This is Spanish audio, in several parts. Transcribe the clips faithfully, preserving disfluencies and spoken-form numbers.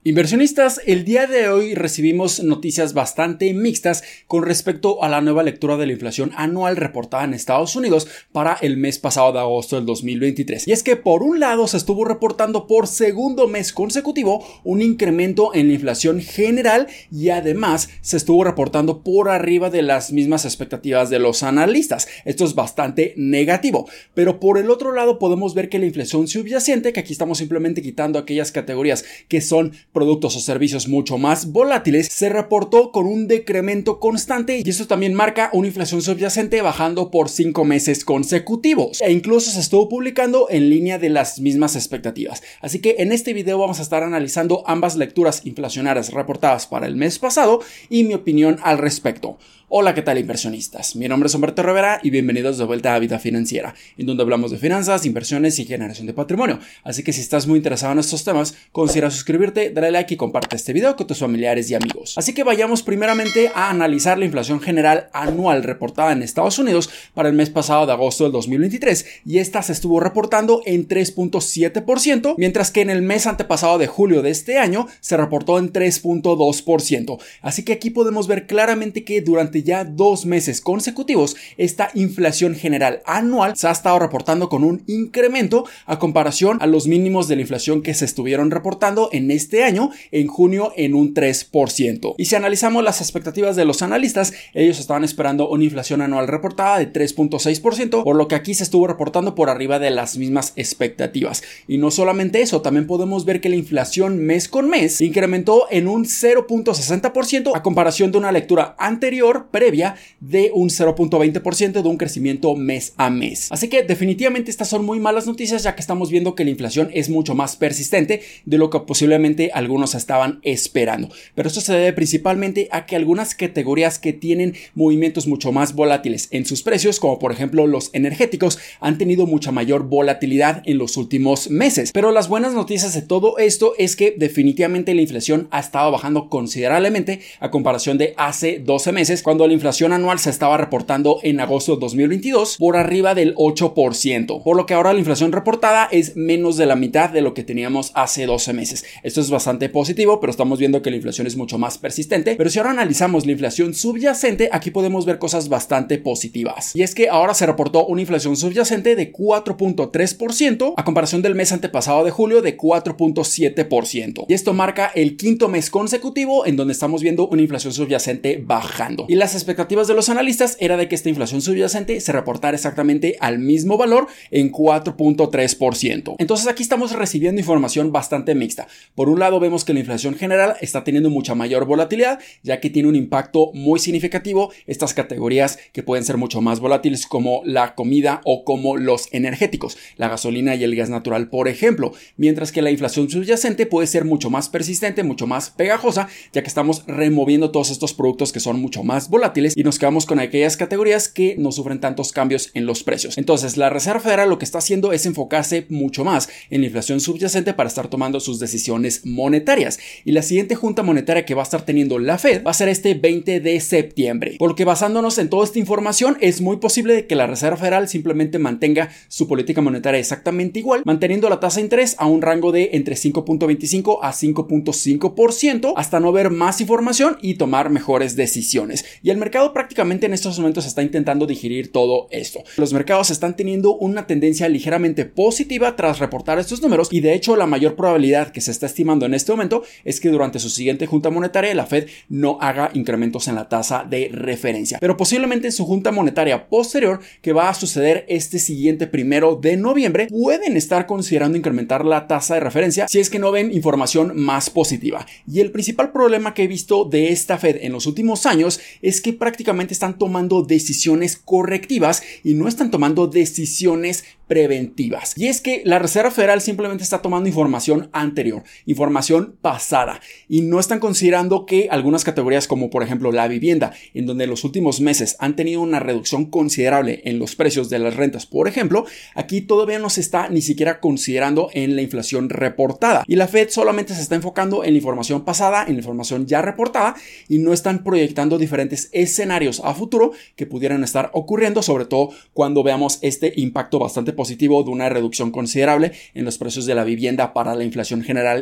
Inversionistas, el día de hoy recibimos noticias bastante mixtas con respecto a la nueva lectura de la inflación anual reportada en Estados Unidos para el mes pasado de agosto del dos mil veintitrés. Y es que por un lado se estuvo reportando por segundo mes consecutivo un incremento en la inflación general y además se estuvo reportando por arriba de las mismas expectativas de los analistas. Esto es bastante negativo. Pero por el otro lado podemos ver que la inflación subyacente, que aquí estamos simplemente quitando aquellas categorías que son productos o servicios mucho más volátiles, se reportó con un decremento constante y eso también marca una inflación subyacente bajando por cinco meses consecutivos e incluso se estuvo publicando en línea de las mismas expectativas. Así que en este video vamos a estar analizando ambas lecturas inflacionarias reportadas para el mes pasado y mi opinión al respecto. Hola, ¿qué tal, inversionistas? Mi nombre es Humberto Rivera y bienvenidos de vuelta a Vida Financiera, en donde hablamos de finanzas, inversiones y generación de patrimonio. Así que si estás muy interesado en estos temas, considera suscribirte, dale like y comparte este video con tus familiares y amigos. Así que vayamos primeramente a analizar la inflación general anual reportada en Estados Unidos para el mes pasado de agosto del dos mil veintitrés y esta se estuvo reportando en tres punto siete por ciento, mientras que en el mes antepasado de julio de este año se reportó en tres punto dos por ciento. Así que aquí podemos ver claramente que durante ya dos meses consecutivos esta inflación general anual se ha estado reportando con un incremento a comparación a los mínimos de la inflación que se estuvieron reportando en este año en junio en un tres por ciento. Y si analizamos las expectativas de los analistas, ellos estaban esperando una inflación anual reportada de tres punto seis por ciento, por lo que aquí se estuvo reportando por arriba de las mismas expectativas. Y no solamente eso, también podemos ver que la inflación mes con mes incrementó en un cero punto sesenta por ciento a comparación de una lectura anterior previa de un cero punto veinte por ciento de un crecimiento mes a mes. Así que definitivamente estas son muy malas noticias, ya que estamos viendo que la inflación es mucho más persistente de lo que posiblemente algunos estaban esperando. Pero esto se debe principalmente a que algunas categorías que tienen movimientos mucho más volátiles en sus precios, como por ejemplo los energéticos, han tenido mucha mayor volatilidad en los últimos meses. Pero las buenas noticias de todo esto es que definitivamente la inflación ha estado bajando considerablemente a comparación de hace doce meses, cuando la inflación anual se estaba reportando en agosto de dos mil veintidós por arriba del ocho por ciento, por lo que ahora la inflación reportada es menos de la mitad de lo que teníamos hace doce meses. Esto es bastante positivo, pero estamos viendo que la inflación es mucho más persistente. Pero si ahora analizamos la inflación subyacente, aquí podemos ver cosas bastante positivas. Y es que ahora se reportó una inflación subyacente de cuatro punto tres por ciento a comparación del mes antepasado de julio de cuatro punto siete por ciento. Y esto marca el quinto mes consecutivo en donde estamos viendo una inflación subyacente bajando. Y las expectativas de los analistas era de que esta inflación subyacente se reportara exactamente al mismo valor en cuatro punto tres por ciento. Entonces aquí estamos recibiendo información bastante mixta. Por un lado vemos que la inflación general está teniendo mucha mayor volatilidad, ya que tiene un impacto muy significativo estas categorías que pueden ser mucho más volátiles, como la comida o como los energéticos, la gasolina y el gas natural, por ejemplo, mientras que la inflación subyacente puede ser mucho más persistente, mucho más pegajosa, ya que estamos removiendo todos estos productos que son mucho más volátiles y nos quedamos con aquellas categorías que no sufren tantos cambios en los precios. Entonces la Reserva Federal lo que está haciendo es enfocarse mucho más en la inflación subyacente para estar tomando sus decisiones monetarias, y la siguiente junta monetaria que va a estar teniendo la Fed va a ser este veinte de septiembre, por lo que basándonos en toda esta información es muy posible que la Reserva Federal simplemente mantenga su política monetaria exactamente igual, manteniendo la tasa de interés a un rango de entre cinco punto veinticinco a cinco punto cinco por ciento hasta no ver más información y tomar mejores decisiones. Y el mercado prácticamente en estos momentos está intentando digerir todo esto. Los mercados están teniendo una tendencia ligeramente positiva tras reportar estos números, y de hecho la mayor probabilidad que se está estimando en este momento es que durante su siguiente junta monetaria la Fed no haga incrementos en la tasa de referencia, pero posiblemente en su junta monetaria posterior, que va a suceder este siguiente primero de noviembre, pueden estar considerando incrementar la tasa de referencia si es que no ven información más positiva. Y el principal problema que he visto de esta Fed en los últimos años es que prácticamente están tomando decisiones correctivas y no están tomando decisiones preventivas. Y es que la Reserva Federal simplemente está tomando información anterior, información pasada, y no están considerando que algunas categorías, como por ejemplo la vivienda, en donde en los últimos meses han tenido una reducción considerable en los precios de las rentas, por ejemplo, aquí todavía no se está ni siquiera considerando en la inflación reportada, y la Fed solamente se está enfocando en la información pasada, en la información ya reportada, y no están proyectando diferentes escenarios a futuro que pudieran estar ocurriendo, sobre todo cuando veamos este impacto bastante positivo de una reducción considerable en los precios de la vivienda para la inflación general y la inflación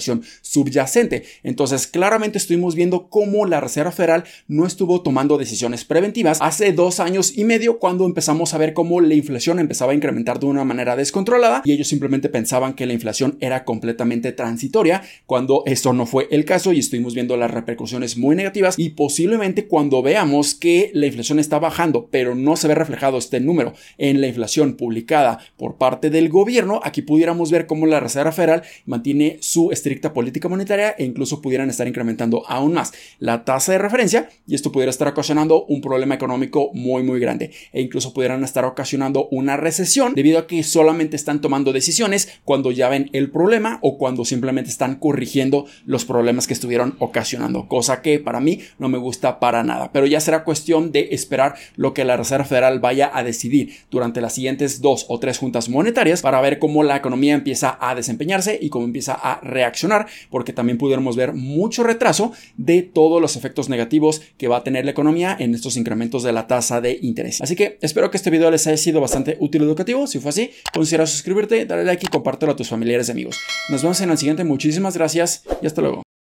inflación subyacente. Entonces, claramente estuvimos viendo cómo la Reserva Federal no estuvo tomando decisiones preventivas hace dos años y medio, cuando empezamos a ver cómo la inflación empezaba a incrementar de una manera descontrolada y ellos simplemente pensaban que la inflación era completamente transitoria, cuando esto no fue el caso y estuvimos viendo las repercusiones muy negativas. Y posiblemente cuando veamos que la inflación está bajando, pero no se ve reflejado este número en la inflación publicada por parte del gobierno, aquí pudiéramos ver cómo la Reserva Federal mantiene su estricta política monetaria e incluso pudieran estar incrementando aún más la tasa de referencia, y esto pudiera estar ocasionando un problema económico muy muy grande e incluso pudieran estar ocasionando una recesión, debido a que solamente están tomando decisiones cuando ya ven el problema o cuando simplemente están corrigiendo los problemas que estuvieron ocasionando, cosa que para mí no me gusta para nada. Pero ya será cuestión de esperar lo que la Reserva Federal vaya a decidir durante las siguientes dos o tres juntas monetarias para ver cómo la economía empieza a desempeñarse y cómo empieza a reaccionar, porque también pudiéramos ver mucho retraso de todos los efectos negativos que va a tener la economía en estos incrementos de la tasa de interés. Así que espero que este video les haya sido bastante útil y educativo. Si fue así, considera suscribirte, darle like y compártelo a tus familiares y amigos. Nos vemos en el siguiente. Muchísimas gracias y hasta luego.